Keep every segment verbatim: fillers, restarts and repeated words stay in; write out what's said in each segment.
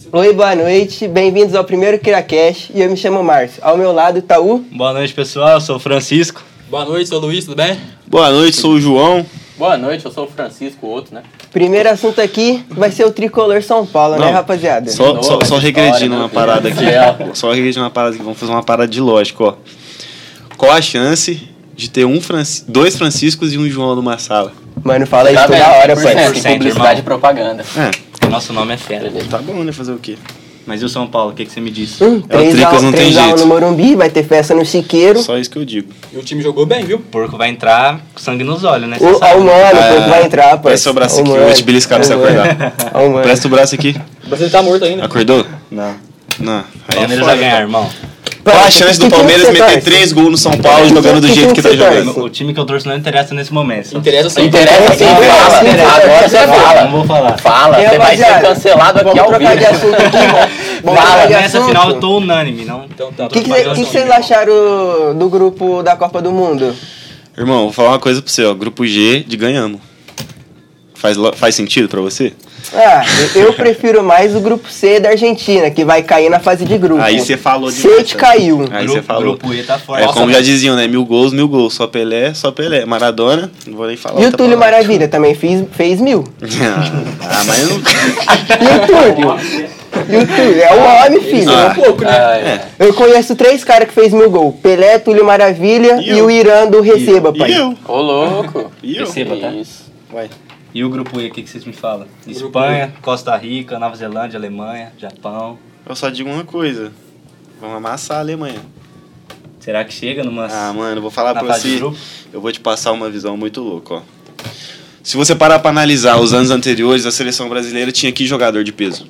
Oi, boa noite, bem-vindos ao primeiro KiraCast e eu me chamo Márcio. Ao meu lado tá o... Boa noite, pessoal, eu sou o Francisco. Boa noite, sou o Luiz, tudo bem? Boa noite, sou o João. Boa noite, eu sou o Francisco, o outro, né? Primeiro assunto aqui vai ser o Tricolor São Paulo, Não, né, rapaziada? Só, Novo, só, só regredindo história, uma parada aqui. céu. Só regredindo uma parada aqui. Vamos fazer uma parada de lógica, ó. Qual a chance de ter um Franci... dois Franciscos e um João numa sala? Mano, fala isso Tá toda vendo? hora, cem por pai. cento, publicidade e propaganda. É, Nosso nome é fera. tá bom, né? Fazer o quê? Mas e o São Paulo, o que, que você me disse? Hum, É, o Tricas não tem três a um jeito. no Morumbi, vai ter festa no Chiqueiro. Só isso que eu digo. E o time jogou bem, viu? O porco vai entrar com sangue nos olhos, né? Cê O, sabe. ó, o mano, o pouco vai entrar, pai. Presta o braço aqui, eu vou te beliscar pra você acordar. Ó, o mano. Presta o braço aqui. O Brasil tá morto ainda. Acordou? Não. Não. O Aí é Palmeiras foda. vai ganhar, irmão. Qual a Pai, chance que do time Palmeiras você meter torce? três gols no São Paulo jogando do Que jeito time que tá você torce? jogando? O time que eu torço não interessa nesse momento. Interessa sim. Interessa sim, Interessa, fala. interessa. Agora você Não fala. vou falar. Fala, E, você vai ser rapaziada, cancelado aqui Vamos ao trocar vivo. de assunto aqui, vamos Fala, trocar de Nessa assunto. final eu tô unânime, não? Então tá. O que, que, cê- que que vocês acharam do grupo da Copa do Mundo? Irmão, vou falar uma coisa pra você, ó. Grupo G de ganhamos. Faz, lo- faz sentido pra você? Ah, eu eu prefiro mais o grupo C da Argentina, que vai cair na fase de grupo. Aí você falou C demais, te cara. caiu. Aí Grupo- você falou. Grupo E tá forte. É Nossa, como já diziam, né? Mil gols, mil gols. Só Pelé, só Pelé. Maradona, não vou nem falar. E o outra Túlio palavra. Maravilha também fez, fez mil. Ah, mas eu não... E o Túlio? E o Túlio? É o homem, filho. Ah. Um pouco, né? Ah, é. Eu conheço três caras que fez mil gols. Pelé, Túlio Maravilha E e, eu? o Irã do Receba, pai. E eu? Ô, louco. E eu? Receba, tá? Isso. Vai. E o grupo E, o que, que vocês me falam? Grupo Espanha, Costa Rica, Nova Zelândia, Alemanha, Japão. Eu só digo uma coisa. Vamos amassar a Alemanha. Será que chega numa... Ah, mano, eu vou falar Na pra fase de você. grupo? Eu vou te passar uma visão muito louca, ó. Se você parar pra analisar os anos anteriores, a seleção brasileira tinha que jogador de peso.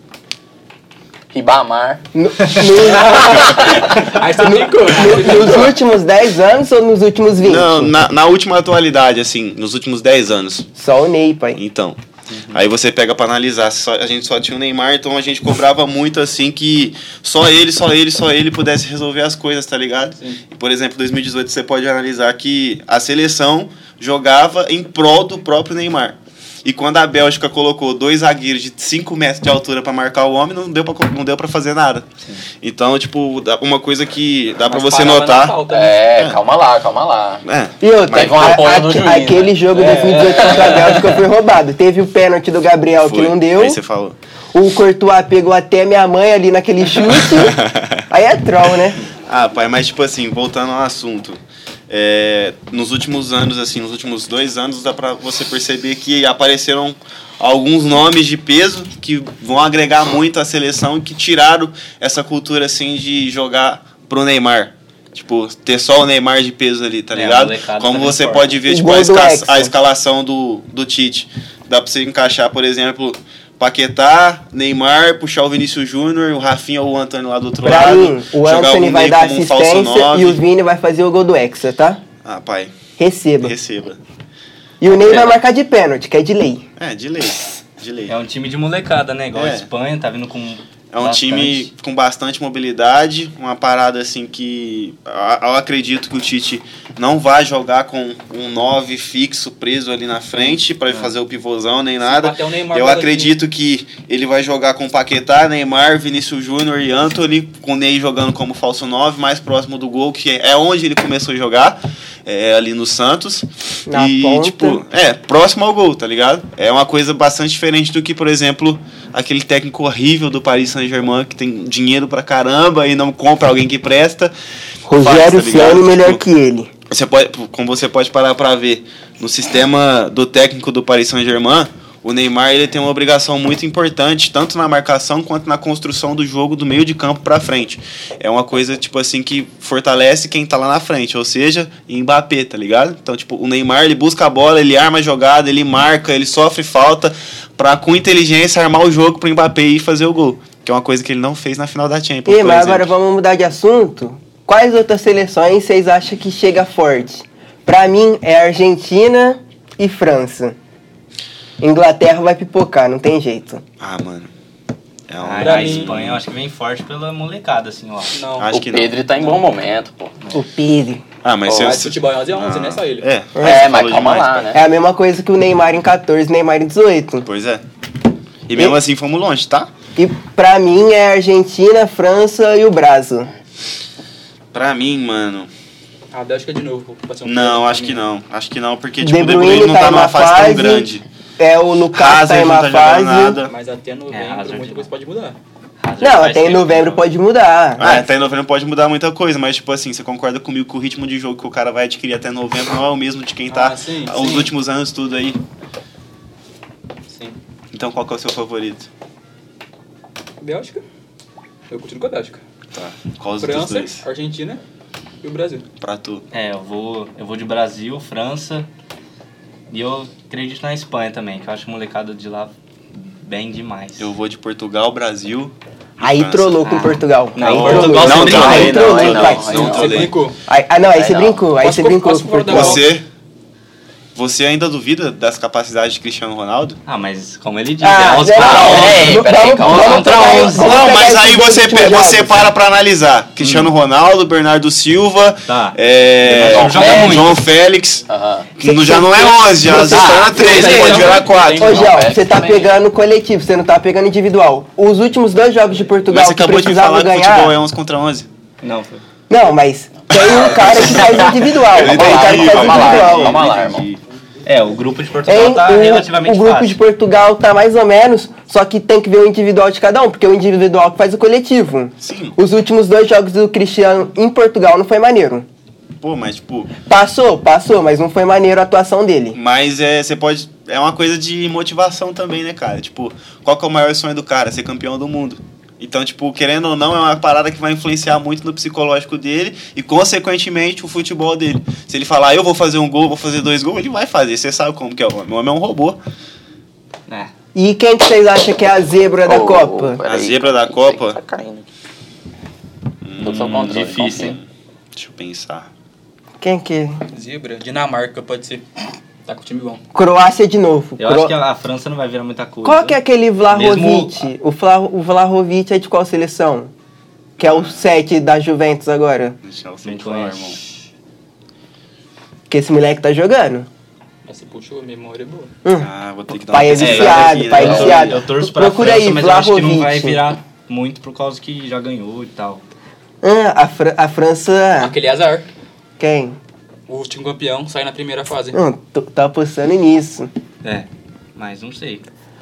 Ribamar. No- no- Aí você brincou. no- nos últimos dez anos ou nos últimos vinte? Não, na, na última atualidade, assim, nos últimos dez anos. Só o Ney, pai. Então, aí você pega pra analisar, só- a gente só tinha o Neymar, então a gente cobrava muito assim que só ele, só ele, só ele pudesse resolver as coisas, tá ligado? E, por exemplo, dois mil e dezoito você pode analisar que a seleção jogava em prol do próprio Neymar. E quando a Bélgica colocou dois zagueiros de cinco metros de altura pra marcar o homem, não deu pra, co- não deu pra fazer nada. Então, tipo, dá- uma coisa que dá pra Mas você parava na notar... falta, né? É, É. calma lá, calma lá. É, E outra, Teve um a- apoio do aque- juiz, aquele né? jogo dois mil e dezoito contra a Bélgica foi roubado. Teve o pênalti do Gabriel foi. que não deu. Aí você falou. O Courtois pegou até minha mãe ali naquele chute. Aí é troll, né? Ah, pai, mas tipo assim, voltando ao assunto, é, nos últimos anos, assim, nos últimos dois anos, dá pra você perceber que apareceram alguns nomes de peso que vão agregar muito à seleção e que tiraram essa cultura, assim, de jogar pro Neymar. Tipo, ter só o Neymar de peso ali, tá É, ligado? a molecada Como tá você bem pode ver, forte. tipo, O a, gol do esca- Hexa. a escalação do, do Tite. Dá pra você encaixar, por exemplo, Paquetá, Neymar, puxar o Vinícius Júnior, o Rafinha ou o Antônio lá do outro Pra lado. mim, o jogar Anthony um vai meio dar como um falso assistência nove. e o Vini vai fazer o gol do Hexa, tá? Ah, pai, Receba. receba. E o Ney vai marcar de pênalti, que é de lei. É, de lei. De lei. É um time de molecada, né? Igual É. a Espanha, tá vindo com É um bastante. time com bastante mobilidade, uma parada assim que a- eu acredito que o Tite não vai jogar com um nove fixo preso ali na frente para fazer o pivôzão nem nada. até o Neymar Eu joga acredito que ele vai jogar com Paquetá, Neymar, Vinícius Júnior e Antony, com o Ney jogando como falso nove, mais próximo do gol, que é onde ele começou a jogar, é, ali no Santos. Na e, ponta. tipo, é, próximo ao gol, tá ligado? É uma coisa bastante diferente do que, por exemplo, aquele técnico horrível do Paris Saint-Germain que tem dinheiro pra caramba e não compra alguém que presta. Rogério Faz, tá ligado? Ceni melhor Tipo, que ele. Você pode, como você pode parar pra ver, no sistema do técnico do Paris Saint-Germain, o Neymar ele tem uma obrigação muito importante, tanto na marcação quanto na construção do jogo do meio de campo pra frente. É uma coisa, tipo assim, que fortalece quem tá lá na frente, ou seja, Mbappé, tá ligado? Então, tipo, o Neymar, ele busca a bola, ele arma a jogada, ele marca, ele sofre falta pra, com inteligência, armar o jogo pro Mbappé ir fazer o gol. Que é uma coisa que ele não fez na final da Champions, E, por mas exemplo. agora vamos mudar de assunto. Quais outras seleções vocês acham que chega forte? Pra mim, é Argentina e França. Inglaterra vai pipocar, não tem jeito. Ah, mano. É um... A, Pra a mim- Espanha eu acho que vem forte pela molecada, assim, ó. Não. Acho O que não. Pedro tá em bom momento, pô. O Pedro. Ah, mas Pô, se Mas você... futebol é onze a onze, né? Só ele. É, É, você mas falou calma demais, lá, pai. né? É a mesma coisa que o Neymar em catorze, Neymar em dezoito. Pois é. E mesmo assim fomos longe, tá? E pra mim é Argentina, França e o Brasil. Pra mim, mano... A Bélgica de novo. Pode ser um Não, problema acho que pra mim. não. Acho que não, porque tipo, De o De Bruyne Bruyne não tá tá em numa uma fase tão fase, grande. É o Lucas tá Hazard em não uma tá jogando fase. nada. Mas até novembro, Hazard muita de- coisa pode mudar. Hazard Não, faz até em tempo novembro que pode mudar. Ah, até em novembro pode mudar muita coisa, mas tipo assim, você concorda comigo que o ritmo de jogo que o cara vai adquirir até novembro não é o mesmo de quem tá Ah, sim, os sim. últimos anos tudo aí. Sim. Então qual que é o seu favorito? Bélgica. Eu continuo com a Bélgica. Tá. Qual os outros França, dois? Argentina e o Brasil. Pra tu. É, eu vou, eu vou de Brasil, França e eu acredito na Espanha também, que eu acho a molecada de lá bem demais. Eu vou de Portugal, Brasil. e Aí França. trollou com Ah. Portugal. Não, aí Portugal trollou. você Não, brinca. trollei, Aí trollou, aí não, pai. aí Não, não. Você trolei. brincou. Aí- Ah, não, aí Aí você não. brincou. Aí Posso você co- brincou posso com concordar? Portugal. Você. Você ainda duvida das capacidades de Cristiano Ronaldo? Ah, mas como ele diz, Ah, é onze não, pra não, onze. Ei, vamos- peraí, vamos- calma, vamos contra pegar- onze. vamos Não, pegar mas esses aí dois você, últimos pe- você jogos. para pra analisar. Cristiano Ronaldo, Bernardo Silva, Tá. é, João João, Félix. João Félix. Aham. Que não- já não é onze, já Você- se torna Ah, três, tem, pode tem, virar tem, quatro. tem. Ô, Gel, Félix você tá também. pegando coletivo, você não tá pegando individual. Os últimos dois jogos de Portugal Mas você que acabou de precisavam falar que o ganhar... futebol é onze contra onze. Não, foi. Não, mas tem um cara que faz individual. Eu Tem um cara que entendi, faz calma lá, individual. calma lá, irmão. É, o grupo de Portugal Hein, tá o, relativamente o grupo fácil. de Portugal tá mais ou menos, só que tem que ver o individual de cada um, porque é o individual que faz o coletivo. Sim. Os últimos dois jogos do Cristiano em Portugal não foi maneiro. Pô, mas tipo... Passou, passou, mas não foi maneiro a atuação dele. Mas é, você pode... É uma coisa de motivação também, né, cara? Tipo, qual que é o maior sonho do cara? Ser campeão do mundo. Então, tipo, querendo ou não, é uma parada que vai influenciar muito no psicológico dele e, consequentemente, o futebol dele. Se ele falar, eu vou fazer um gol, vou fazer dois gols, ele vai fazer. Você sabe como que é o homem. O homem é um robô. É. E quem que vocês acham que é a zebra da Ô, Copa? peraí. A zebra da Copa? Tá caindo. Tô sob controle, difícil, hein? Deixa eu pensar. Quem que? Zebra, Dinamarca pode ser. Tá com o time bom. Croácia de novo. Eu Cro- acho que a, a França não vai virar muita coisa. Qual que é aquele Vlahovic? Mesmo- O, Fla... o Vlahovic é de qual seleção? Que é o sete da Juventus agora. Deixa eu Não sempre falar, irmão. conheço. Que esse moleque tá jogando. Mas você puxou, a memória é boa. Hum. Ah, vou ter que dar Pai é pesquisada viciado, aqui, pai é né? Eu- viciado. Eu torço pra Procura França, aí, mas eu acho que não vai Vlahovic. virar muito por causa que já ganhou e tal. Ah, a, Fra- a França... Aquele azar. Quem? O último campeão sai na primeira fase. Não, tô, tô apostando nisso. É, mas não sei.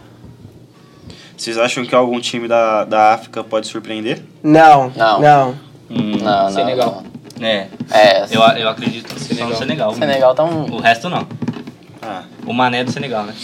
Vocês acham que algum time da, da África pode surpreender? Não, Não. não. Hum, Não, não. Senegal. É, É, eu, eu acredito que Senegal. só no Senegal. o Senegal tá um. O resto não. Ah, O Mané é do Senegal, né?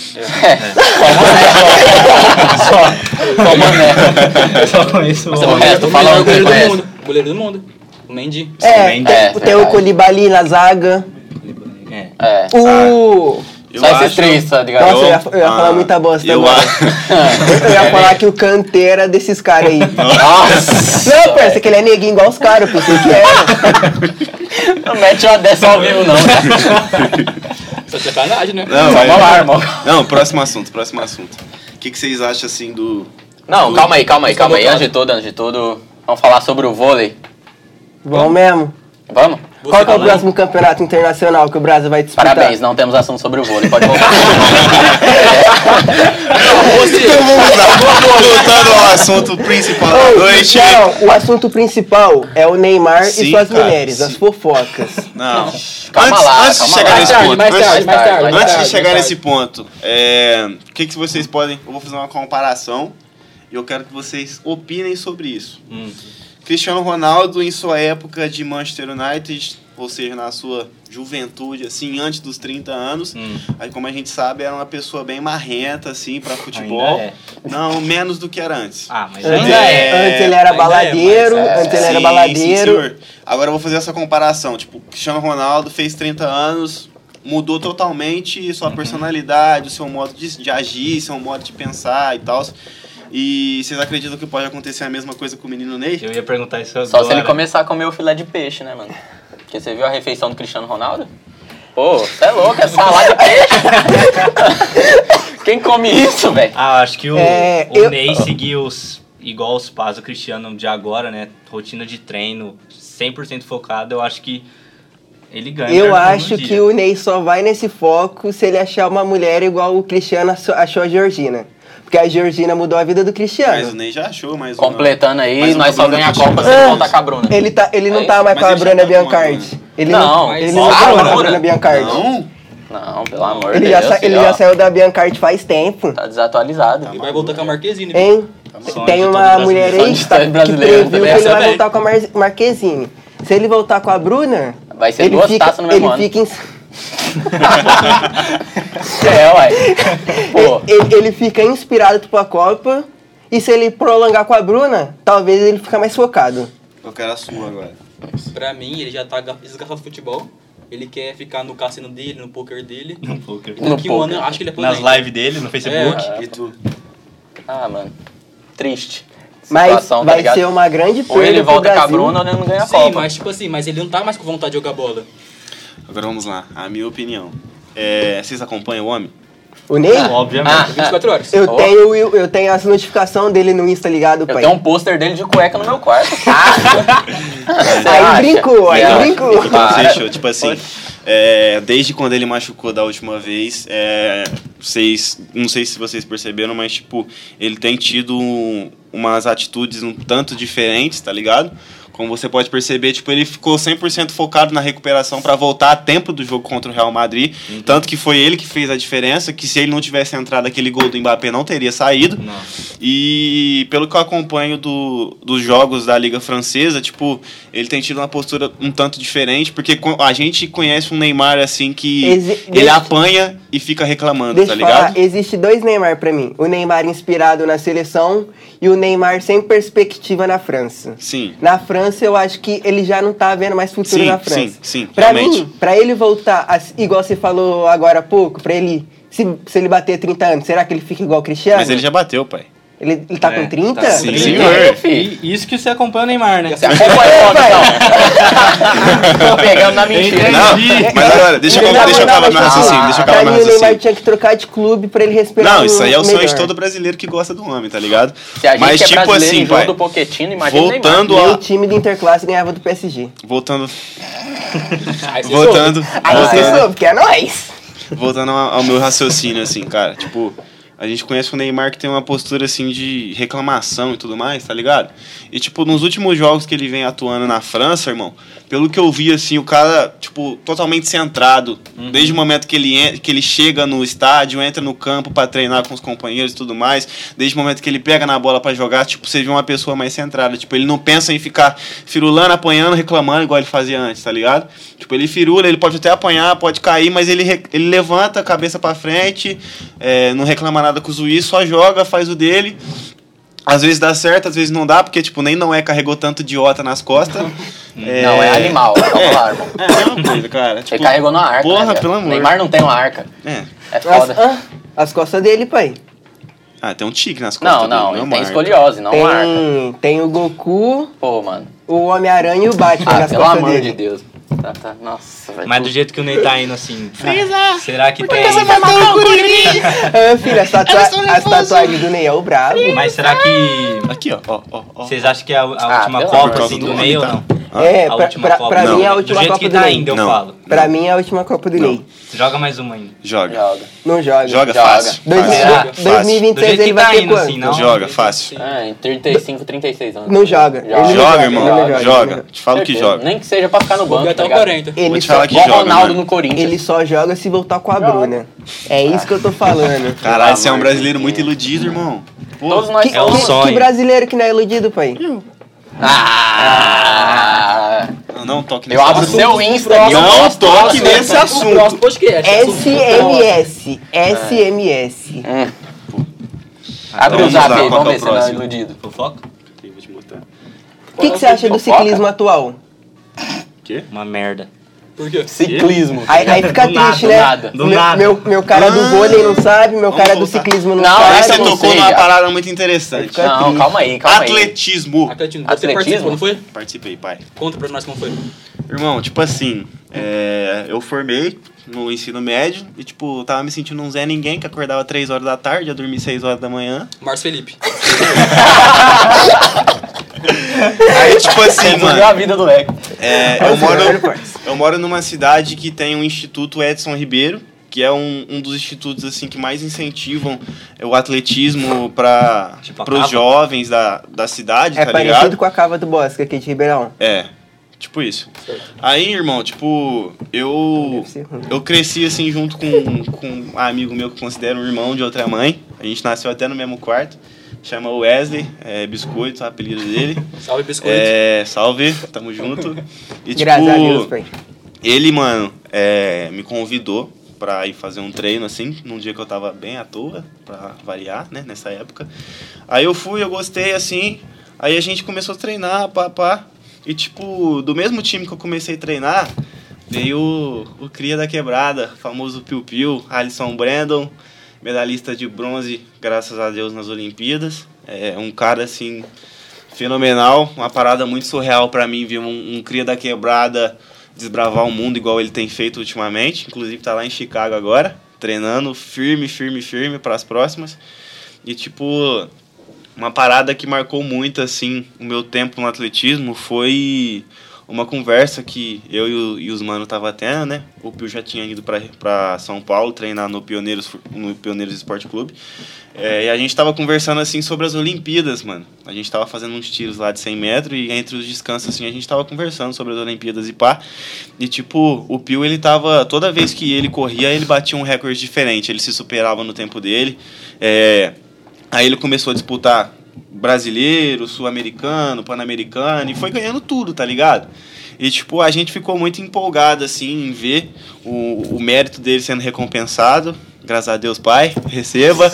Só mané. Só conheço o Mas é o o resto, melhor fala um que goleiro do conhece. mundo. Goleiro do mundo. O Mendy. É, bem, tem, é, tem o verdade. Colibali na zaga. É. É. O... eu Só esses acho- três, tá ligado? Nossa, eu ia, eu ia falar Ah, muita bosta eu agora. acho- Eu ia falar que o Kanté era desses caras aí. Nossa! Não, parece que ele é neguinho igual os caras, eu pensei que era. Não mete uma dessa ao vivo, não. Só sacanagem, né? Não, Vamos mas- lá, irmão. Não, próximo assunto, próximo assunto. O que, que vocês acham, assim, do... Não, calma aí, calma aí, calma aí. Vamos Antes de tudo, antes de tudo, vamos falar sobre o vôlei. Bom mesmo. Vamos? Qual que é o falando. próximo campeonato internacional que o Brasil vai disputar? Parabéns, não temos assunto sobre o vôlei. Pode voltar. Então vamos lá, voltando ao assunto principal da Ô, noite. não, o assunto principal é o Neymar Sim, e suas cara, mulheres, sim. as fofocas. Não, Calma antes, lá, antes de calma chegar lá. nesse Mais tarde, ponto, mais antes, tarde, mais tarde. antes mais antes de tarde, chegar mais nesse ponto, é, o que, que vocês podem... Eu vou fazer uma comparação e eu quero que vocês opinem sobre isso. Hum. Cristiano Ronaldo, em sua época de Manchester United, ou seja, na sua juventude, assim, antes dos trinta anos, Hum. aí como a gente sabe, era uma pessoa bem marrenta, assim, pra futebol. Ainda é. Não, menos do que era antes. Ah, mas Antes, ainda é. é. antes ele era ainda é, baladeiro, mas é. antes ele era Sim, baladeiro. sim, senhor. Agora eu vou fazer essa comparação. Tipo, Cristiano Ronaldo fez trinta anos, mudou totalmente sua personalidade, o seu modo de, de agir, seu modo de pensar e tal. E vocês acreditam que pode acontecer a mesma coisa com o menino Ney? Eu ia perguntar isso agora. Só se ele começar a comer o filé de peixe, né, mano? Porque você viu a refeição do Cristiano Ronaldo? Pô, você é louco, é salada de peixe. Quem come isso, velho? Ah, acho que o, É, o eu- Ney seguiu os, igual os passos do Cristiano de agora, né? Rotina de treino, cem por cento focado, eu acho que ele ganha. Eu melhor todo acho dia. que o Ney só vai nesse foco se ele achar uma mulher igual o Cristiano achou- achou a Georgina. Porque a Georgina mudou a vida do Mas o Cristiano. Ney já achou mais uma. Completando aí, mais uma nós só Bruna ganha a pro time. Copa se ele voltar com a Bruna. Ele, tá, ele não Aí, tá mais mas com a ele já Bruna tá com uma Biancardi. Ele Não, não, ele mas não só tá a com a Bruna. Bruna Biancardi. Não? Não, pelo amor de Ele, Deus. já, sa- ele filho, já ó. saiu da Biancardi faz tempo. Tá desatualizado. Ele vai voltar com a Marquezine. Hein? Sonho Tem de todo uma brasileiro. mulher Sonho aí de que, tá, todo que brasileiro previu que também. ele Essa vai velho. voltar com a Mar Marquezine. Se ele voltar com a Bruna, Vai ser ele duas fica, taças no mesmo ele ano. fica em, É, uai. Pô, ele, ele fica inspirado pra Copa. E se ele prolongar com a Bruna, talvez ele fique mais focado. Eu quero a sua agora. Pra mim, ele já tá ga- desgastado do futebol. Ele quer ficar no cassino dele, no poker dele. Um pouco. E daqui um poker. ano eu acho que ele Nas aposenta. lives dele, no Facebook. É. E tu? ah, mano. Triste. Mas Situação, tá vai ligado? ser uma grande perda Ou ele pro volta com a Brasil. Bruna ou ele não ganha a Sim, Copa. mas tipo assim, mas ele não tá mais com vontade de jogar bola. Agora vamos lá. A minha opinião. É, vocês acompanham o homem? O Ney? Obviamente. Ah, vinte e quatro horas. Eu, Oh. tenho, eu, eu tenho as notificações dele no Insta ligado, Eu pai. tenho um pôster dele de cueca no meu quarto. Você Aí acha? brincou, aí Você acha? brincou. Então, Para. fechou. Tipo assim, é, desde quando ele machucou da última vez, é, vocês, não sei se vocês perceberam, mas tipo, ele tem tido um- umas atitudes um tanto diferentes, tá ligado? Como você pode perceber, tipo, ele ficou cem por cento focado na recuperação para voltar a tempo do jogo contra o Real Madrid. Uhum. Tanto que foi ele que fez a diferença, que se ele não tivesse entrado aquele gol do Mbappé, não teria saído. Nossa. E pelo que eu acompanho do, dos jogos da Liga Francesa, tipo, ele tem tido uma postura um tanto diferente, porque co- a gente conhece um Neymar assim que Exi- ele deixa- apanha e fica reclamando, Deixa tá eu falar, ligado? existe dois Neymar pra mim. O Neymar inspirado na seleção e o Neymar sem perspectiva na França. Sim. Na França, eu acho que ele já não tá vendo mais futuro Sim, na França. sim, sim, Pra realmente. mim, pra ele voltar, a- igual você falou agora há pouco, pra ele, se, se ele bater trinta anos, será que ele fica igual o Cristiano? Mas ele já bateu, pai. Ele, ele tá É, com trinta? tá com Sim, trinta. senhor. É, filho. E isso que você acompanha o Neymar, né? Você acompanha o então. Tô pegando na mentira. Não, mas agora, deixa eu, Ele deixa eu não acabar dava meu chance. raciocínio, deixa eu Pra acabar mim, meu o Neymar raciocínio. tinha que trocar de clube pra ele respirar Não, isso aí é o sonho melhor. de todo brasileiro que gosta do homem, tá ligado? Se a gente Mas que é tipo brasileiro assim, em jogo pai, do Pochettino, imagina o Neymar. voltando Meu a... time do Interclasse ganhava do P S G. Voltando... Aí você Voltando... Aí você voltando soube, que é nóis. Voltando ao ao meu raciocínio, assim, cara, tipo, a gente conhece o Neymar que tem uma postura, assim, de reclamação e tudo mais, tá ligado? E, tipo, nos últimos jogos que ele vem atuando na França, irmão, pelo que eu vi, assim, o cara, tipo, totalmente centrado, desde o momento que ele, en- que ele chega no estádio, entra no campo pra treinar com os companheiros e tudo mais, desde o momento que ele pega na bola pra jogar, tipo, você vê uma pessoa mais centrada, tipo, ele não pensa em ficar firulando, apanhando, reclamando, igual ele fazia antes, tá ligado? Tipo, ele firula, ele pode até apanhar, pode cair, mas ele, re- ele levanta a cabeça pra frente, é, não reclama nada com o juiz, só joga, faz o dele. Às vezes dá certo, às vezes não dá, porque, tipo, nem não é carregou tanto idiota nas costas. Não, é animal. Vamos lá, irmão. É, é uma coisa, cara. Tipo, Ele carregou na arca. Porra, né, velho? pelo amor. Neymar não tem uma arca. É. É As, foda. ah, as costas dele, pai. Ah, tem um tique nas costas Não, não, dele, ele uma tem marca. escoliose, não uma arca. Tem, tem o Goku, Pô, mano. o Homem-Aranha e o Batman Ah, nas pelo costas amor dele. de Deus. Tá, tá. Nossa, velho. Mas do jeito que o Ney tá indo assim. Será que tem. Ah, filho, as, tatua as tatuagens do Ney é o brabo. Mas será que. Aqui, ó, ó, ó, ó. Vocês acham que é a, a Ah, última pelo Copa amor assim de do Deus. Ney ou Tá. não? É, A pra, última pra, Copa. pra Não. mim é a Do última jeito Copa que do tá Ney. indo, eu Não. falo. Pra mim é a última Copa do Não. Ney. Joga mais uma ainda. Joga. Joga. Não joga. Joga Joga. fácil. Dois- fácil. Será? dois mil e vinte e Do seis jeito ele que vai tá ter indo, quanto? assim, não? Joga, fácil. Ah, em trinta e cinco, trinta e seis anos. Não joga. Ele não Joga, joga, irmão. ele não joga, Joga. ele não Te falo que Certeza. joga. Nem que seja pra ficar no banco, Joga tá até o ligado? quarenta. Ele Vou te só, falar que Igual joga, Ronaldo mano. no Corinthians. ele só joga se voltar com a Bruna. É isso que eu tô falando. Caralho, você é um amor de brasileiro Deus. muito iludido, irmão. Pô. Todos nós Que, É um somos. que- sonho. que brasileiro que não é iludido, pai? Ah! Não, não toque Eu nesse abro o assunto. seu Insta aqui. Não eu toque posto. nesse O assunto. próximo podcast. S M S. S M S. Abre Então o vamos zap lá, aí, qual vamos que é ver o se não é próximo? iludido. Fofoca? Aqui, vou te mostrar. O que, que você acha do Fofoca? ciclismo atual? Quê? Uma merda. Por quê? Ciclismo. Aí, aí fica Do nada, triste, do né? nada. Do meu, nada. Meu, meu cara do Ah. vôlei não sabe, meu Vamos cara do voltar. ciclismo não, Não, sabe. Aí essa você não tocou sei, numa já. parada muito interessante. Fica Não, triste. calma aí, calma aí. Atletismo. Atletismo. Você Atletismo? participou, não foi? Participei, pai. Conta pra nós como foi. Irmão, tipo assim, é, eu formei no ensino médio e, tipo, tava me sentindo um Zé Ninguém, que acordava três horas da tarde, ia dormir seis horas da manhã. Márcio Felipe. Aí, tipo assim, Resolveu mano, a vida do leque. é, eu, moro, eu moro numa cidade que tem um Instituto Edson Ribeiro, que é um, um dos institutos assim que mais incentivam o atletismo para Tipo a os Cava? jovens da, da cidade, É tá parecido ligado? com a Cava do Bosque aqui de Ribeirão. É, tipo isso. Aí, irmão, tipo, eu Deve ser ruim. eu cresci assim junto com, com um amigo meu que eu considero um irmão de outra mãe. A gente nasceu até no mesmo quarto. Chama Wesley, é Biscoito, o apelido dele. Salve, biscoito. É, salve, tamo junto. E, tipo, Graças a Deus, pai. ele, mano, é, me convidou pra ir fazer um treino, assim, num dia que eu tava bem à toa, pra variar, né, nessa época. Aí eu fui, eu gostei, assim, aí a gente começou a treinar, pá, pá. E, tipo, do mesmo time que eu comecei a treinar, veio o, o Cria da Quebrada, famoso Piu Piu, Alisson Brandon, medalhista de bronze, graças a Deus, nas Olimpíadas. É um cara, assim, fenomenal, uma parada muito surreal pra mim, ver um, um Cria da Quebrada desbravar o mundo igual ele tem feito ultimamente. Inclusive tá lá em Chicago agora, treinando firme, firme, firme para as próximas. E tipo, uma parada que marcou muito assim o meu tempo no atletismo foi uma conversa que eu e, o, e os manos tava tendo, né? O Pio já tinha ido para São Paulo treinar no Pioneiros, no Pioneiros Esporte Clube. É, e a gente tava conversando assim sobre as Olimpíadas, mano. A gente tava fazendo uns tiros lá de cem metros e entre os descansos assim a gente tava conversando sobre as Olimpíadas e pá. E tipo, o Pio ele tava, toda vez que ele corria, ele batia um recorde diferente, ele se superava no tempo dele. É, aí ele começou a disputar brasileiro, sul-americano, pan-americano e foi ganhando tudo, tá ligado? E, tipo, a gente ficou muito empolgado, assim, em ver o, o mérito dele sendo recompensado. Graças a Deus, pai, receba.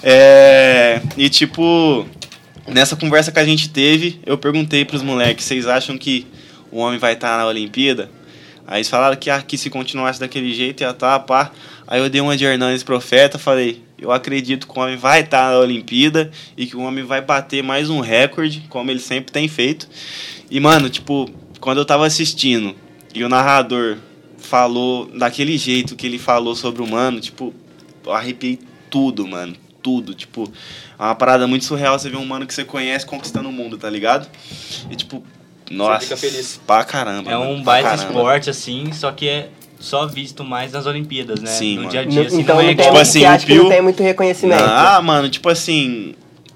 É, e, tipo, nessa conversa que a gente teve, eu perguntei pros moleques, vocês acham que o homem vai estar na Olimpíada? Aí eles falaram que, ah, que se continuasse daquele jeito ia estar, pá. Aí eu dei uma de Hernanes Profeta, falei, eu acredito que o homem vai estar na Olimpíada e que o homem vai bater mais um recorde, como ele sempre tem feito. E, mano, tipo, quando eu tava assistindo e o narrador falou daquele jeito que ele falou sobre o mano, tipo, eu arrepiei tudo, mano. Tudo, tipo, é uma parada muito surreal você ver um mano que você conhece conquistando o mundo, tá ligado? E, tipo, nossa, fica feliz. pra caramba. É mano, um pra baita caramba. esporte, assim, só que é só visto mais nas Olimpíadas, né? Sim, no mano. dia a dia, assim, Então não é não tem, igual... Tipo assim, você o acha que não Pio- tem muito reconhecimento. Ah, mano, tipo assim,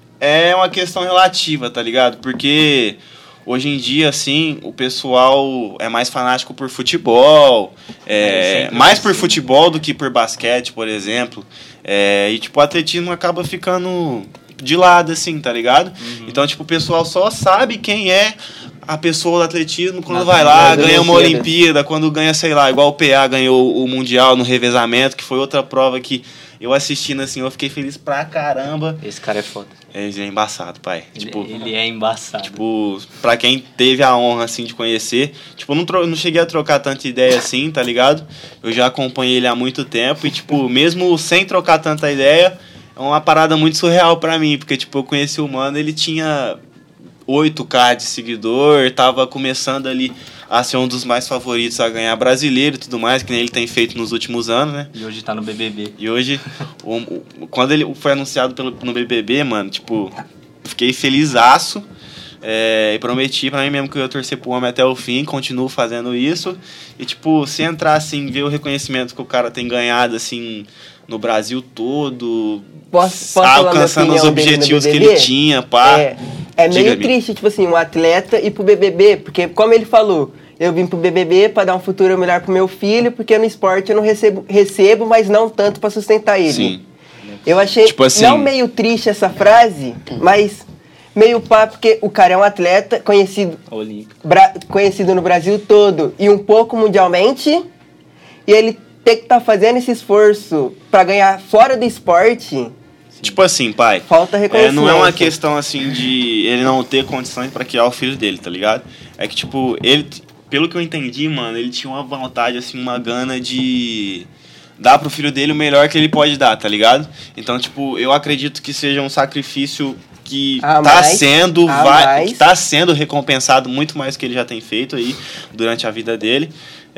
é uma questão relativa, tá ligado? Porque hoje em dia, assim, o pessoal é mais fanático por futebol, é, sempre mais assim. por futebol do que por basquete, por exemplo. É, e, tipo, o atletismo acaba ficando de lado, assim, tá ligado? Uhum. Então, tipo, o pessoal só sabe quem é a pessoa do atletismo quando Nas vai lá, nas ganha uma Olimpíadas. Olimpíada, quando ganha, sei lá, igual o P A ganhou o Mundial no revezamento, que foi outra prova que eu assistindo, assim, eu fiquei feliz pra caramba. Esse cara é foda. Ele é embaçado, pai. Ele, Tipo, ele é embaçado. tipo, pra quem teve a honra, assim, de conhecer, tipo, eu não, tro- não cheguei a trocar tanta ideia assim, tá ligado? Eu já acompanhei ele há muito tempo e, tipo, mesmo sem trocar tanta ideia, é uma parada muito surreal pra mim, porque, tipo, eu conheci o mano, ele tinha oito K de seguidor, tava começando ali a ser um dos mais favoritos a ganhar brasileiro e tudo mais, que nem ele tem feito nos últimos anos, né? E hoje tá no B B B. E hoje, o- o- quando ele foi anunciado pelo, no B B B, mano, tipo, fiquei felizaço. É, e prometi pra mim mesmo que eu ia torcer pro homem até o fim, continuo fazendo isso. E, tipo, se entrar, assim, ver o reconhecimento que o cara tem ganhado, assim, no Brasil todo, Posso- posso falar minha alcançando os opinião dele no objetivos que B B B? ele tinha, pá. É, é meio Diga-me. triste, tipo assim, um atleta ir pro B B B, porque como ele falou, eu vim pro B B B pra dar um futuro melhor pro meu filho, porque no esporte eu não recebo, recebo mas não tanto pra sustentar ele. Sim. Eu achei, Tipo assim- não meio triste essa frase, mas meio pá, porque o cara é um atleta conhecido, Olímpico. bra- conhecido no Brasil todo e um pouco mundialmente, e ele ter que estar fazendo esse esforço pra ganhar fora do esporte, Tipo assim, pai. falta É, reconhecimento. não é uma questão assim de ele não ter condições pra criar o filho dele, tá ligado? É que, tipo, ele, pelo que eu entendi, mano, ele tinha uma vontade, assim, uma gana de dar pro filho dele o melhor que ele pode dar, tá ligado? Então, tipo, eu acredito que seja um sacrifício que A tá mais, sendo, a vai, mais. que tá sendo recompensado muito mais do que ele já tem feito aí durante a vida dele.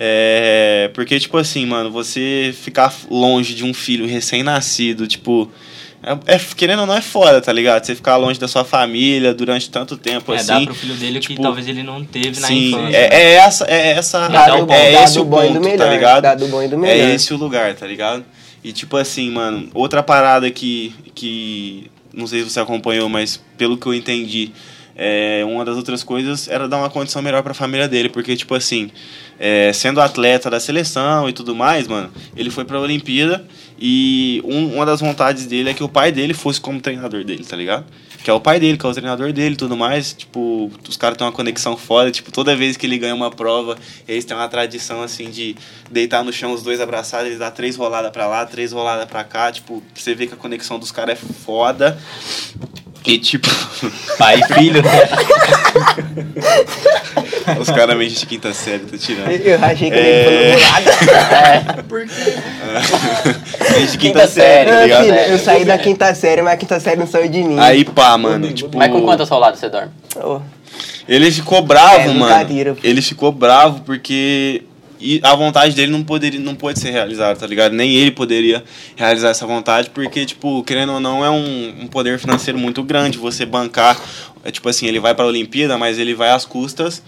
É, porque, tipo assim, mano, você ficar longe de um filho recém-nascido, tipo, É, é, querendo ou não, é foda, tá ligado? Você ficar longe da sua família durante tanto tempo, É, assim. dá pro filho dele que tipo, talvez ele não teve na sim, infância. é, é essa, é essa, Dá do o bom, é dá esse do o bom e do ponto, melhor, tá ligado? dá do bom e do melhor. É esse o lugar, tá ligado? E tipo assim, mano, outra parada que, que não sei se você acompanhou, mas pelo que eu entendi, é, uma das outras coisas era dar uma condição melhor pra família dele, porque tipo assim, é, sendo atleta da seleção e tudo mais, mano, ele foi pra Olimpíada e um, uma das vontades dele é que o pai dele fosse como treinador dele, tá ligado? Que é o pai dele, que é o treinador dele e tudo mais. Tipo, os caras têm uma conexão foda. Tipo, toda vez que ele ganha uma prova, eles têm uma tradição, assim, de deitar no chão os dois abraçados, eles dão três roladas pra lá, três roladas pra cá. Tipo, você vê que a conexão dos caras é foda. E, tipo... Pai e filho, né? Os caras meio de quinta série, tá tirando. Eu achei que É. ele falou do lado. É, Por quê? Meio de quinta, Quinta série, tá Ah, ligado? filho, eu saí da quinta série, mas a quinta série não saiu de mim. Aí, pá, mano, tipo... mas com quantas roladas você dorme? Oh, Ele ficou bravo, É, mano. brincadeira. Ele ficou bravo porque e a vontade dele não poderia, não pode ser realizada, tá ligado? Nem ele poderia realizar essa vontade, porque, tipo, querendo ou não, é um, um poder financeiro muito grande você bancar. É tipo assim, ele vai pra Olimpíada, mas ele vai às custas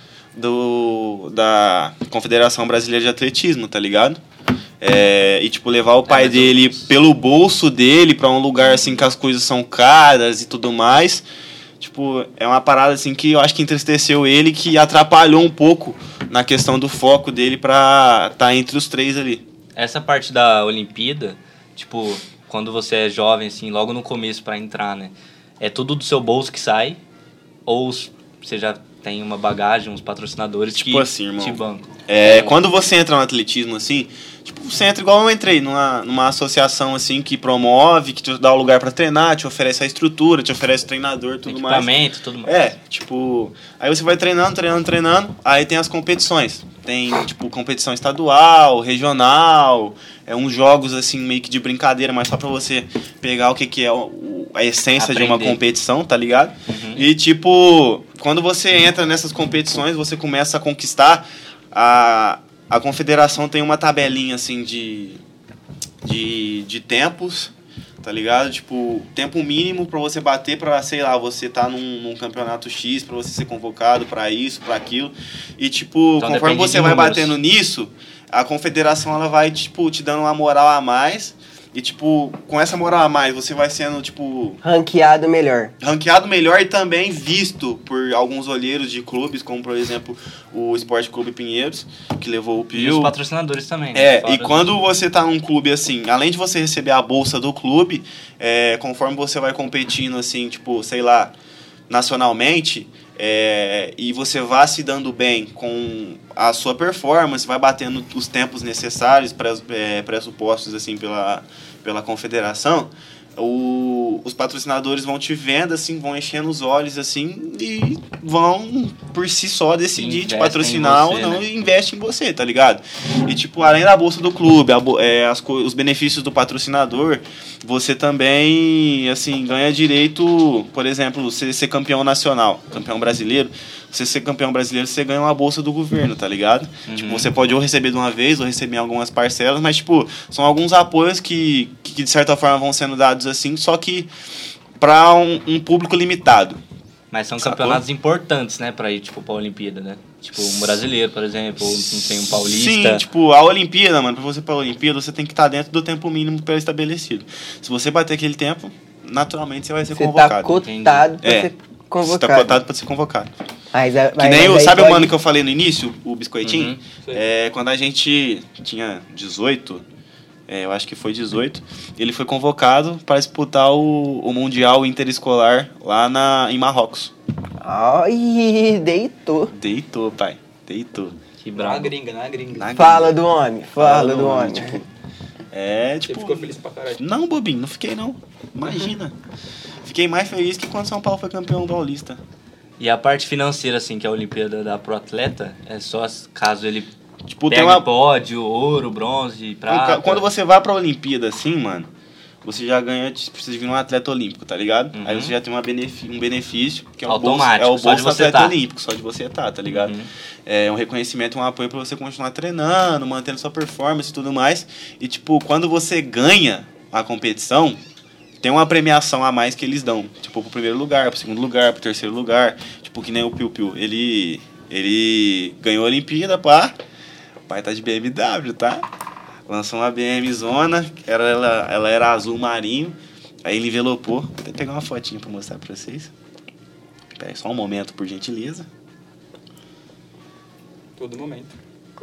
do, da Confederação Brasileira de Atletismo, tá ligado? É, e, tipo, levar o pai mas dele eu- pelo bolso dele pra um lugar, assim, que as coisas são caras e tudo mais. Tipo, é uma parada, assim, que eu acho que entristeceu ele, que atrapalhou um pouco na questão do foco dele pra estar tá entre os três ali. Essa parte da Olimpíada, tipo, quando você é jovem, assim, logo no começo pra entrar, né? É tudo do seu bolso que sai? Ou s- você já tem uma bagagem, uns patrocinadores Tipo que assim, irmão. te bancam? É, quando você entra no atletismo, assim, tipo, você entra igual eu entrei, numa, numa associação, assim, que promove, que te dá o lugar pra treinar, te oferece a estrutura, te oferece o treinador, tudo mais. Equipamento, tudo mais. É, tipo, aí você vai treinando, treinando, treinando, aí tem as competições. Tem, tipo, competição estadual, regional, é uns jogos, assim, meio que de brincadeira, mas só pra você pegar o que, que é o- o- a essência de uma Aprender. competição, tá ligado? Uhum. E, tipo, quando você entra nessas competições, você começa a conquistar, a, a confederação tem uma tabelinha, assim, de, de, de tempos, tá ligado? Tipo, tempo mínimo pra você bater pra, sei lá, você tá num, num campeonato X, pra você ser convocado pra isso, pra aquilo. E, tipo, Então, conforme depende você de vai números. batendo nisso, a confederação, ela vai, tipo, te dando uma moral a mais. E, tipo, com essa moral a mais, você vai sendo, tipo, ranqueado melhor. ranqueado melhor e também visto por alguns olheiros de clubes, como, por exemplo, o Esporte Clube Pinheiros, que levou o E Pio. os patrocinadores também, né? É, Fora e quando você tá num clube assim, além de você receber a bolsa do clube, é, conforme você vai competindo assim, tipo, sei lá, nacionalmente, é, e você vai se dando bem com a sua performance, vai batendo os tempos necessários, pres- é, pressupostos assim pela, pela confederação, o, os patrocinadores vão te vendo, assim, vão enchendo os olhos, assim, e vão, por si só, decidir te Investem patrocinar em você, ou não, né? e investe em você, tá ligado? E, tipo, além da bolsa do clube, a bo- é, as co- os benefícios do patrocinador, você também, assim, ganha direito, por exemplo, você ser campeão nacional, campeão brasileiro, você ser campeão brasileiro, você ganha uma bolsa do governo, tá ligado? Uhum. Tipo, você pode ou receber de uma vez, ou receber em algumas parcelas, mas, tipo, são alguns apoios que, que de certa forma, vão sendo dados assim, só que para um, um público limitado. Mas são Sacou? campeonatos importantes, né, pra ir, tipo, pra Olimpíada, né? Tipo, um brasileiro, por exemplo, ou não tem um paulista. Sim, tipo, a Olimpíada, mano, pra você ir pra Olimpíada, você tem que estar dentro do tempo mínimo pré-estabelecido. Se você bater aquele tempo, naturalmente você vai ser Você tá convocado. cotado pra É. ser Você convocado. tá cotado pra ser convocado. Mas, é- Que mas- nem mas o, aí sabe o pode- mano que eu falei no início, o Biscoitinho? Uhum. Sei. É, quando a gente tinha dezoito, é, eu acho que foi dezoito, ele foi convocado para disputar o, o Mundial Interescolar lá na, em Marrocos. Ai, deitou. Deitou, pai. Deitou. Que Na bravo. gringa, na gringa. Na Fala gringa. do homem, Fala fala do do homem, homem. tipo, É, Você tipo... ficou feliz pra caralho. Não, bobinho, não fiquei não. Imagina. Fiquei mais feliz que quando São Paulo foi campeão paulista. E a parte financeira, assim, que a Olimpíada dá pro atleta, é só caso ele Tipo, pegue tem uma... pódio, ouro, bronze, prata. Quando você vai pra Olimpíada, assim, mano, você já ganha, precisa vir um atleta olímpico, tá ligado? Uhum. Aí você já tem uma benefi- um benefício, que é o Automático, bolso, é o só de bolso você atleta tá. olímpico, só de você tá, tá ligado? Uhum. É um reconhecimento, um apoio pra você continuar treinando, mantendo sua performance e tudo mais. E, tipo, quando você ganha a competição, tem uma premiação a mais que eles dão. Tipo, pro primeiro lugar, pro segundo lugar, pro terceiro lugar. Tipo, que nem o Piu Piu. Ele, ele ganhou a Olimpíada, pá. O pai tá de B M W, tá? Lançou uma B M zona, era, ela, ela era azul marinho. Aí ele envelopou. Vou até pegar uma fotinha pra mostrar pra vocês. Espera aí só um momento, por gentileza. Todo momento.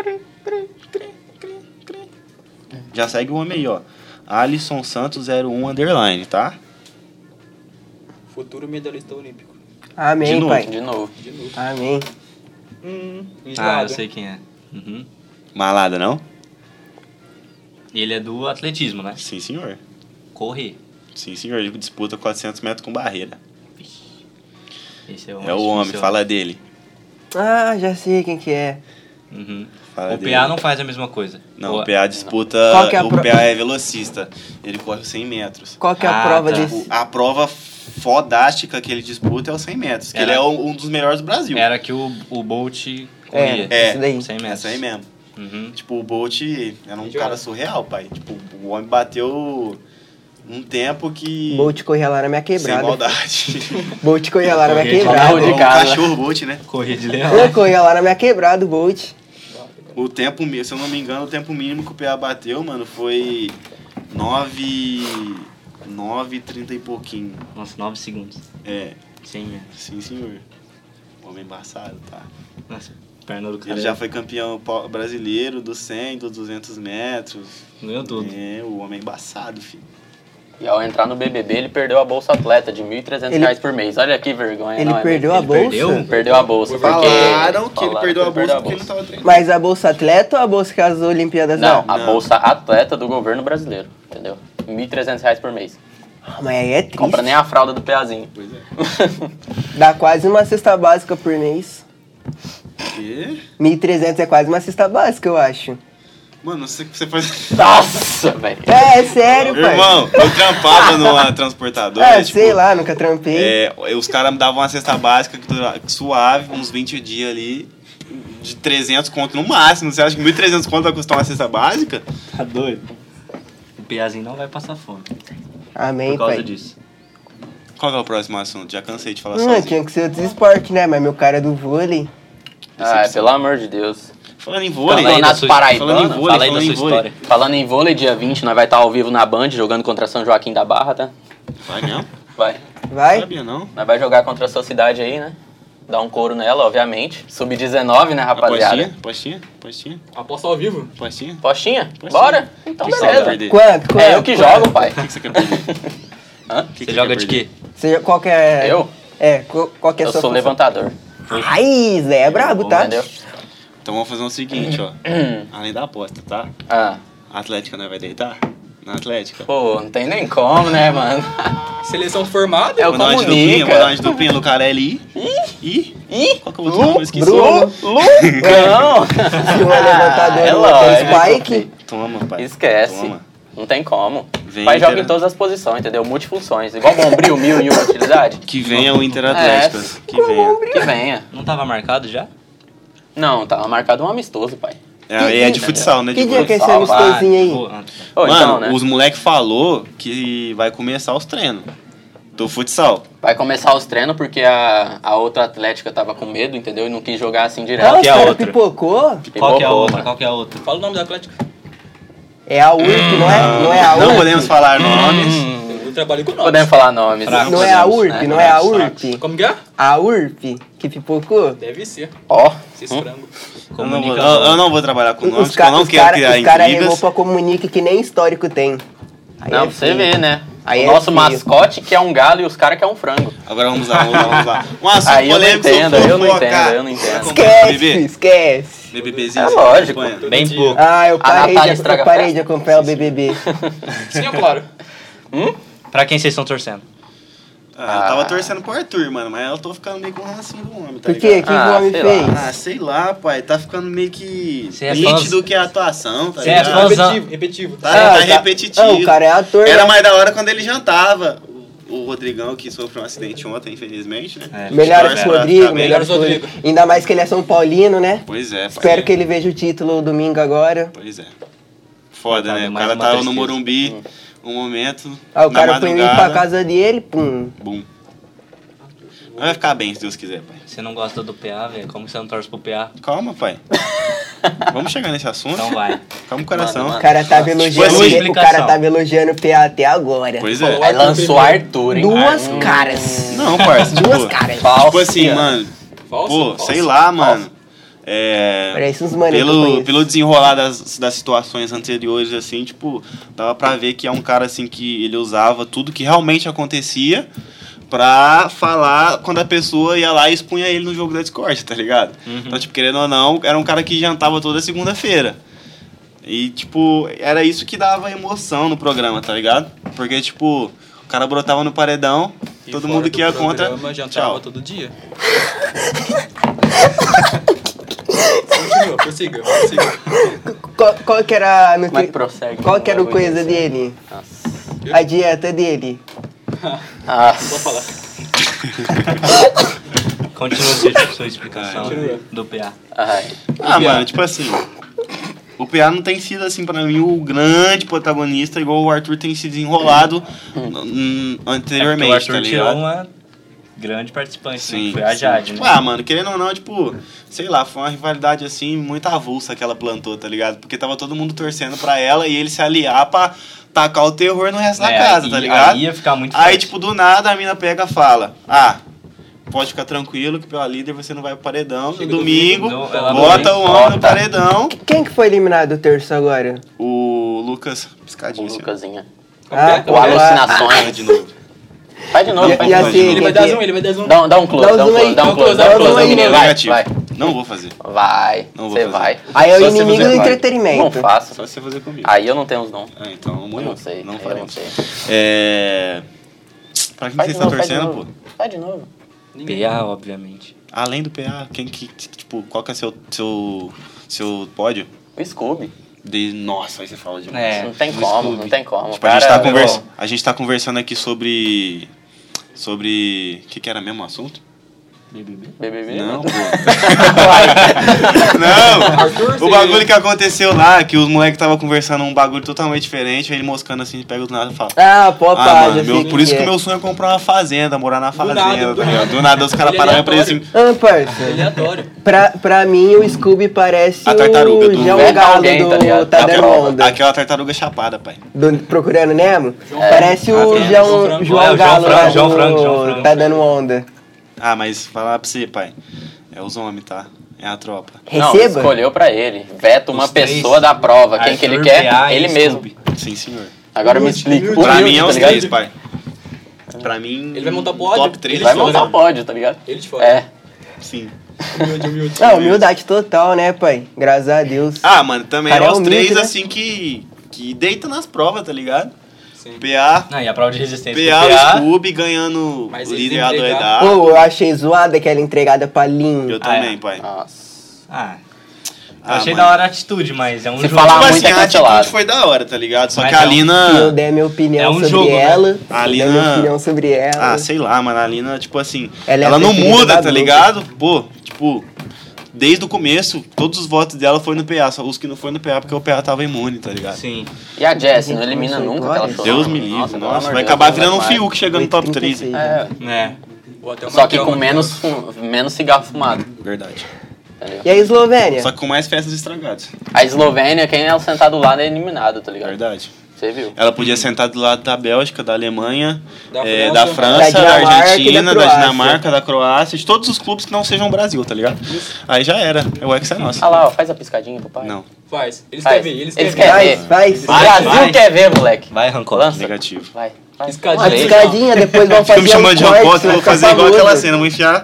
Já segue o homem aí, ó. Alisson Santos zero um underline, tá? Futuro medalhista olímpico. Amém, De novo. pai. De novo. De novo. Amém. Hum, Ah, enjoado. eu sei quem é. Uhum. Malada, não? Ele é do atletismo, né? Sim, senhor. Correr. Sim, senhor. Ele disputa quatrocentos metros com barreira. Esse é o, É mais o homem, difícil. fala dele. Ah, já sei quem que é. Uhum. Fala O dele. P A não faz a mesma coisa. Não, O- o P A disputa. Qual que é a o pro- P A é velocista. Ele corre os cem metros. Qual que é a Ah, prova tá. desse? A prova fodástica que ele disputa é os cem metros. Que Era- ele é um um dos melhores do Brasil. Era que o, o Bolt corria. É, É, isso daí. cem É metros. isso aí mesmo. Uhum. Tipo, o Bolt era um Enjoado. cara surreal, pai. Tipo, o homem bateu um tempo que... Bolt corria lá na minha Sem quebrada. maldade. Bolt corria lá na minha Corria de quebrada. lado de o casa. cachorro Bolt, né? Corria de Eu leão. corria lá na minha quebrada, o Bolt. O tempo, mi- se eu não me engano, o tempo mínimo que o P A bateu, mano, foi nove... nove e trinta e pouquinho. Nossa, nove segundos. É, cem metros. sim, senhor. Homem embaçado, tá? Nossa, perna do cara. Ele já foi campeão pau- brasileiro dos cem, dos duzentos metros. Ganhou tudo. É, o homem é embaçado, filho. E ao entrar no B B B, ele perdeu a bolsa atleta de mil e trezentos Ele- reais por mês. Olha que vergonha. Ele não é perdeu mesmo? a Ele bolsa? perdeu? Perdeu a bolsa. Porque... Falaram que ele Falaram perdeu a que bolsa ele porque ele não tava treinando. Mas a bolsa atleta ou a bolsa que as Olimpíadas Não, dão? a Não. bolsa atleta do governo brasileiro, entendeu? mil e trezentos reais por mês. Ah, mas aí é triste. Compra nem a fralda do Peazinho. Pois é. Dá quase uma cesta básica por mês. Quê? mil e trezentos é quase uma cesta básica, eu acho. Mano, você, você faz... Nossa, velho. É, é sério, pai. Irmão, eu trampava numa transportadora. É, tipo, sei lá, nunca trampei. É, os caras me davam uma cesta básica que dura- suave, uns vinte dias ali, de trezentos conto no máximo. Você acha que mil e trezentos conto vai custar uma cesta básica? Tá doido? O Piazinho não vai passar fome Amém, por causa pai. disso. Qual que é o próximo assunto? Já cansei de falar Hum, sozinho. tinha que ser outros esportes, né? Mas meu cara é do vôlei. Ah, pelo amor de Deus. Falando em vôlei, Fala aí da Campeonato sua- Paraibano. falando em vôlei, Fala aí da falando sua em vôlei. história. Falando em vôlei, dia vinte, nós vai estar ao vivo na Band, jogando contra São Joaquim da Barra, tá? Vai não? Vai. Vai? Sabia não? Nós vai jogar contra a sua cidade aí, né? Dar um couro nela, obviamente. sub dezenove, né, rapaziada? Apostinha? Apostinha? Apostinha? Aposta ao vivo. Apostinha? Postinha? Postinha. Bora? Então Que que você quer beleza. perder? Quanto? Quanto? É eu que Quanto? jogo, pai. O que que você quer perder? Hã? Que que Você joga quer de perder? quê? Você, qual que é... Eu? É, qual, qual que é a Eu sua sou função? levantador. Ai, Zé é brabo, tá? Entendeu? Então vamos fazer o seguinte, ó. Além da aposta, tá? Ah, A Atlética não vai deitar? Na Atlética? pô, não tem nem como, né, mano? Seleção formada. É o Vou dar uma de duplinha, comunica. vou dar uma de duplinha, Lucarelli. Ih? Ih, Qual que é o outro nome? Eu esqueci. Bruno. Lucão! Se um é levantador é e o outro é lógico. spike. Toma, pai. Esquece. Toma. Não tem como. Vem, Pai joga Inter. em todas as posições, entendeu? Multifunções. Igual Bombril, mil e uma utilidade. Que venha o Inter Atléticas. É. Que venha. Que venha. Não tava marcado já? Não, tava marcado um amistoso, pai. É, é de futsal, né? Que De dia que é esse futsal, amistosinho aí? Pô, ah, Ô, Mano, então, né? os moleque falou que vai começar os treinos do futsal. Vai começar os treinos porque a, a outra Atlética tava com medo, entendeu? E não quis jogar assim Ah, direto. os que é a caras outra? pipocou? Qual que é a Pipocou, outra? mano. Qual que é a outra? Fala o nome da Atlético. É a U R P, não é? Não é a U R P? Não podemos falar nomes. Hum, Eu trabalho com nós. podemos falar nomes. Fraco. Não é a podemos, U R P, né? não é a Fracos, U R fracos. P. Como que é? A U R P que pipocou? Deve ser. Ó, Esses Hum? frangos. Eu não, vou, Comunica- eu, eu não vou trabalhar com nomes, Os porque eu não os quero cara- criar os cara intrigas. remou pra comunique que nem histórico tem. Aí não, é pra você feio. ver, né? Aí o é nosso feio. mascote que é um galo e os caras que é um frango. Agora vamos lá, vamos lá, vamos lá. Um assunto Aí eu não polêmico, se entendo, for eu não focar. entendo, eu não entendo. Acompanha Esquece, o B B B? esquece. BBBzinho, É você lógico. acompanha? Bem dia. pouco. Ah, eu A parei, Natália de, estraga eu parei festa? de acompanhar o B B B. Sim, é claro. Pra quem vocês estão torcendo? Ah, eu tava torcendo pro Arthur, mano, mas eu tô ficando meio com rancinho do homem, tá Por quê? O ligado? que, Ah, que o homem sei fez? lá. Ah, sei lá, pai, tá ficando meio que Cê é nítido fãs- que a atuação, tá Cê é ligado? fãzão. Repetitivo, repetitivo. Tá, Ah, tá tá- repetitivo. Ah, o cara é ator, Era né? mais da hora quando ele jantava. O, o Rodrigão, que sofreu um acidente ontem, infelizmente, né? É, Melhoras Torce pro pra Rodrigo, ficar bem. melhoras pro Rodrigo. Rodrigo. Ainda mais que ele é São Paulino, né? Pois é, pai. Espero que ele veja o título domingo agora. Pois é. Foda, Tá, né? O mais cara uma tava no tristeza. Morumbi, um momento. Ah, o na cara foi ir pra madrugada, casa dele, pum. Bum. Vai ficar bem, se Deus quiser, pai. Você não gosta do P A, velho? Como que você não torce pro P A? Calma, pai. Vamos chegar nesse assunto. Então vai. Calma o coração. Mano, O cara tava elogiando, assim, o cara tava elogiando o P A até agora. Pois é. Aí lançou Arthur, hein? Duas Hum. caras. Não, parça. Duas tipo, caras. Falso, tipo assim, cara. mano. Falso, Pô, falso. sei lá, mano. É. Parece uns manos que eu Pelo, conheço. pelo desenrolar das, das situações anteriores, assim, tipo, dava pra ver que é um cara, assim, que ele usava tudo que realmente acontecia pra falar quando a pessoa ia lá e expunha ele no jogo da Discord, tá ligado? Uhum. Então, tipo, querendo ou não, era um cara que jantava toda segunda-feira. E, tipo, era isso que dava emoção no programa, tá ligado? Porque, tipo, o cara brotava no paredão, E todo fora mundo do que ia contra, programa, jantava tchau. todo dia. Continua, prossiga, prossiga. Qual, qual que era a nutri... Como é que prossegue? Qual que era o Não vai coisa conhecer. dele? Nossa. A dieta dele. Ah, Pode falar. Continua sua, sua explicação Continua. do P A. ai. Ah, P A. mano, tipo assim, o P A não tem sido, assim, pra mim, o grande protagonista, igual o Arthur tem se desenrolado hum, anteriormente, o Arthur tá tirou ligado? uma grande participante, né? Sim, Que foi a sim. Jade, Tipo, né? ah, mano, querendo ou não, tipo, sei lá, foi uma rivalidade, assim, muito avulsa que ela plantou, tá ligado? Porque tava todo mundo torcendo pra ela e ele se aliar pra tacar o terror no resto da É, casa, aí- tá ligado? aí ia ficar muito Aí, forte. tipo, do nada a mina pega e fala, ah, pode ficar tranquilo que pela líder você não vai pro paredão. Chega No domingo, domingo, ela bota vai, o homem no bota. paredão. Quem que foi eliminado do terço agora? O Lucas, O piscadinho, assim, ó. Lucasinha. Ah, O Alucinações. Ah, de novo. Vai de novo, Ia- vai ia de novo. ser- Ele vai dar zoom, ele vai dar zoom. Dá, um- dá um close, Dá um dá um zoom close, aí, dá um dá um close, close, dá um dá um close, close, menino, vai, Negativo. vai. Não vou fazer. Vai, Não vou você fazer. vai. Aí é o Só se inimigo você do vai. entretenimento. Não faço. Só você fazer comigo. Aí eu não tenho os dons. Ah, então, Eu morreu. não sei, Não eu não faremos. sei. É... Pra quem Vai vocês de estão novo, vai de torcendo, novo. pô? Vai de novo. P A, obviamente. Além do P A, quem que, tipo, qual que é seu, seu, seu pódio? O Scooby. De... Nossa, aí você fala demais. É, Não tem o como, Scooby. não tem como. Tipo, a, gente Cara, tá conversa... eu- a gente tá conversando aqui sobre... Sobre... O que que era mesmo o assunto? B B B. B B B? Não, pô. Vai. Não! Arthur, O você- bagulho que aconteceu lá, que os moleques tava conversando um bagulho totalmente diferente, aí ele moscando assim, pega do nada e fala... Ah, pô, Ah, pá, mano, já meu- sei por quem isso que é. o meu sonho é comprar uma fazenda, morar na fazenda, nada, do tá ligado? nada. Do nada os caras Ele é pararam pra ele assim... aleatório. Ah, parça. Aleatório. Pra, pra mim, o Scooby parece A tartaruga do- o João É Galo alguém, tá ligado? do Tá Da Dando prova. Onda. Aquela tartaruga chapada, pai. Do Procurando Nemo. João Parece Franco. o Ah, João, João Franco. João É, o João Galo Franco, lá João do Franco, João Franco. Tá Dando Onda. Ah, mas falar pra você, pai. É os homens, tá? É a tropa. Não, Receba. escolheu pra ele. Veta uma Os três. pessoa da prova. Quem que ele Arthur, quer? P A e Ele mesmo. Scooby. Sim, senhor. Agora me Humilde, explica. humilde. Pra Humilde, mim é tá os ligado? três, pai. Pra mim... Ele vai montar pódio. Top três. Ele Vai fora. montar o pódio, tá ligado? Ele de fora. É. Sim. Humilde, humilde. Não, humildade total, né, pai? Graças a Deus. Ah, mano, também Cara, é é os humilde, três, né? assim, que... Que deita nas provas, tá ligado? Sim. P A... Ah, e a prova de resistência P A, do o P A. Scooby ganhando Mas o eles líder A do entregaram. Edar. Pô, eu achei zoada aquela entregada pra Lin. Eu Ah, também, é. pai. Nossa. Ah, eu Ah, achei mano. da hora a atitude, mas é um Se jogo. falar Tipo muito assim, é a cancelado. atitude foi da hora, tá ligado? Só Mas que a é um- Se eu Lina... der minha opinião É um sobre jogo, né? ela, A se eu Lina- der minha opinião sobre ela. Ah, sei lá, mano. A Lina, tipo assim... Ela Ela, é a não preferida muda, da tá Globo. ligado? Pô, tipo... Desde o começo, todos os votos dela foi no P A. Só os que não foi no P A porque o P A tava imune, tá ligado? Sim. E a Jessie, não Gente, elimina começou nunca agora? aquela chorona. Deus me livre. Nossa, pelo Nossa, amor vai de acabar Deus, virando um não vai Fiuk chegando no top três. hein? É, É. Vou até só que marcar com uma menos, fu- menos cigarro fumado. Verdade. Entendeu? E a Eslovênia? Só que com mais festas estragadas. A Eslovênia, quem é o sentado do lado é eliminado, tá ligado? Verdade. Você viu? Ela podia sentar do lado da Bélgica, da Alemanha, Da eh, França. da França, Da da, Dinamarca e da Argentina, da, Croácia. Dinamarca, da Croácia, de todos os clubes que não sejam Brasil, tá ligado? Aí já era. O Hexa é nosso. Ah lá, ó, faz a piscadinha pro pai. Não, Faz. Eles Faz. querem ver, eles Eles querem querem ver. ver. Faz, O faz. Vai, Brasil vai. quer ver, moleque. Vai, Rancor. Lança. negativo. Vai, vai. Piscadinha. Uma Direito. piscadinha, depois vão Fica fazer me chamando um de corte, Rancota, eu vai vou ficar fazer igual aquela famoso. cena, vou enfiar.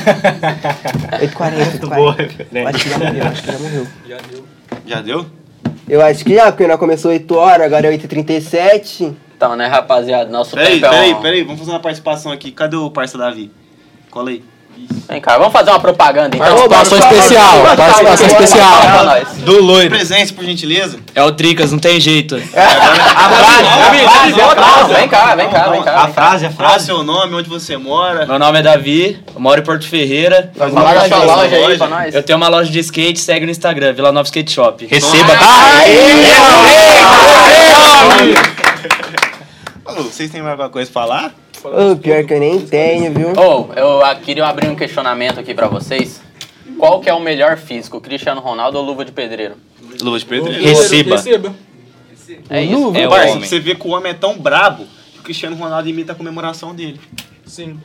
oito e quarenta, oito e Boa, quarenta. né? Acho que já morreu, acho que já morreu. Já deu. Já deu? Eu acho que já, porque nós começou oito horas, agora é oito e trinta e sete. Então, né, rapaziada, nosso Peraí, tempo é peraí, um- peraí, vamos fazer uma participação aqui. Cadê o parça Davi? Cola aí. Vem cá, vamos fazer uma propaganda então. Participação Fala, especial, fala, fala, participação fala, especial. fala pra nós. Do loiro. Presença, por gentileza. É o Tricas, não tem jeito. A frase, a frase, a frase. Vem cá, vem cá, vem cá. A frase, a Qual é o frase. seu nome, onde você mora? Meu nome é Davi, eu moro em Porto Ferreira. Fala da sua loja aí pra nós. Eu tenho uma loja de skate, segue no Instagram, Vila Nova Skate Shop. Receba, tá? Ô, vocês têm mais alguma coisa pra falar? Ô, pior que eu nem tenho, viu? Ô, eu ah, queria abrir um questionamento aqui pra vocês. Qual que é o melhor físico, Cristiano Ronaldo ou Luva de Pedreiro? Luva de pedreiro. Receba. Receba. É isso? É o Parça, homem. você vê que o homem é tão brabo que o Cristiano Ronaldo imita a comemoração dele. Sim.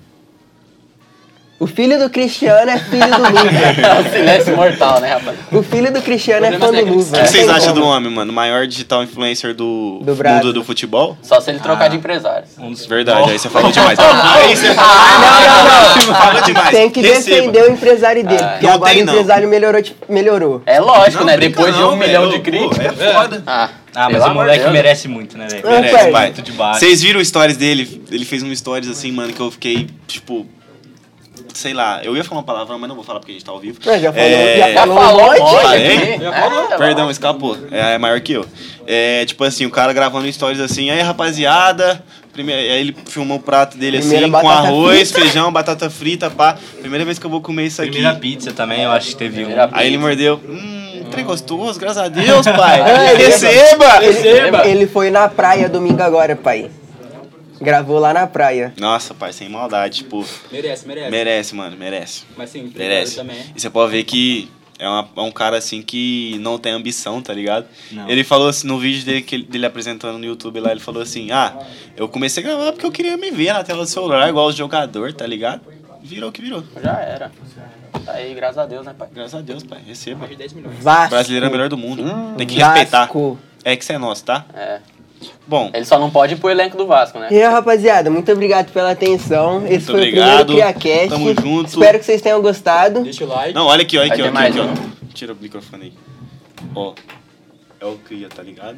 O filho do Cristiano é filho do Luva. É o silêncio mortal, né, rapaz? O filho do Cristiano é fã do Problemas Luva. O que não vocês tem acham como. do homem, mano? O maior digital influencer do, Do Brasil. mundo do futebol? Só se ele trocar de empresário. Um dos... Verdade, aí você falou demais. Aí você falou, Não, não, falou demais. Tem que Receba. defender o empresário dele, Ah, porque não agora tem, o não. empresário melhorou. tipo, melhorou. É lógico, Não, né? brinca Depois de não, um milhão velho. de Pô, críticos. É foda. Ah, Ah, mas pelo o amor moleque de Deus. merece muito, né, velho? É, Merece, pai. pai. Muito de baixo. Vocês viram o stories dele? Ele fez um stories assim, mano, que eu fiquei, tipo... Sei lá, eu ia falar uma palavra, mas não vou falar porque a gente tá ao vivo. Não, já falou, É, já Já falou um falou monte. um monte Falei? aqui. Já falou. É, Perdão, escapou. É, é maior que eu. É, tipo assim, o cara gravando stories assim, aí rapaziada, primeiro, aí ele filmou o prato dele Primeira assim, com batata arroz, frita. feijão, batata frita, pá. Primeira vez que eu vou comer isso aqui. Primeira pizza também, eu acho que teve um. Primeira Aí ele mordeu. Hum, trem gostoso, graças a Deus, pai. É, ele- Receba! Receba. Ele foi na praia domingo agora, pai. Gravou lá na praia. Nossa, pai, sem maldade, tipo, Merece, merece. merece, mano, merece. Mas sim, Merece. também. E você pode ver que é, uma- é um cara assim que não tem ambição, tá ligado? Não. Ele falou assim, no vídeo dele, que ele- dele apresentando no YouTube lá, ele falou assim, ah, eu comecei a gravar porque eu queria me ver na tela do celular, igual os jogadores, tá ligado? Virou o que virou. Já era. Tá aí, graças a Deus, né, pai? Graças a Deus, pai, receba. Mais de dez milhões. Vasco. Brasileiro é o melhor do mundo. Hum. Tem que respeitar. Vasco. É que você é nosso, tá? É. Bom, Ele só não pode ir pro elenco do Vasco, né? E aí, rapaziada, muito obrigado pela atenção. Esse foi obrigado. o primeiro CriaCast. Tamo junto. Espero que vocês tenham gostado. Deixa o like. não, olha aqui, olha Vai aqui, ter ó, mais aqui, ó. um. Tira o microfone aí. Ó, é o Cria, tá ligado?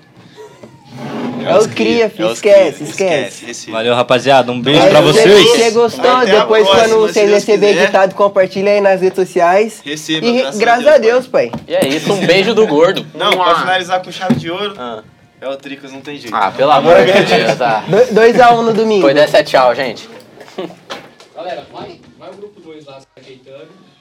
É os o Cria, filho, é os esquece, Cria, esquece. receba. Valeu, rapaziada. Um beijo Aí, pra Se vocês. você gostou, Até a depois próxima, quando se vocês Deus receberem quiser. editado, compartilha aí nas redes sociais. Receba, E graças a graças Deus, a Deus, pai. E é isso, um beijo do gordo. Não, Mua. pra finalizar com chave de ouro, Ah, é o Tricas, não tem jeito. Ah, pelo amor de Deus, tá. dois a um no domingo. Foi dessa, tchau, gente. Galera, vai, vai o grupo dois lá, Caetano.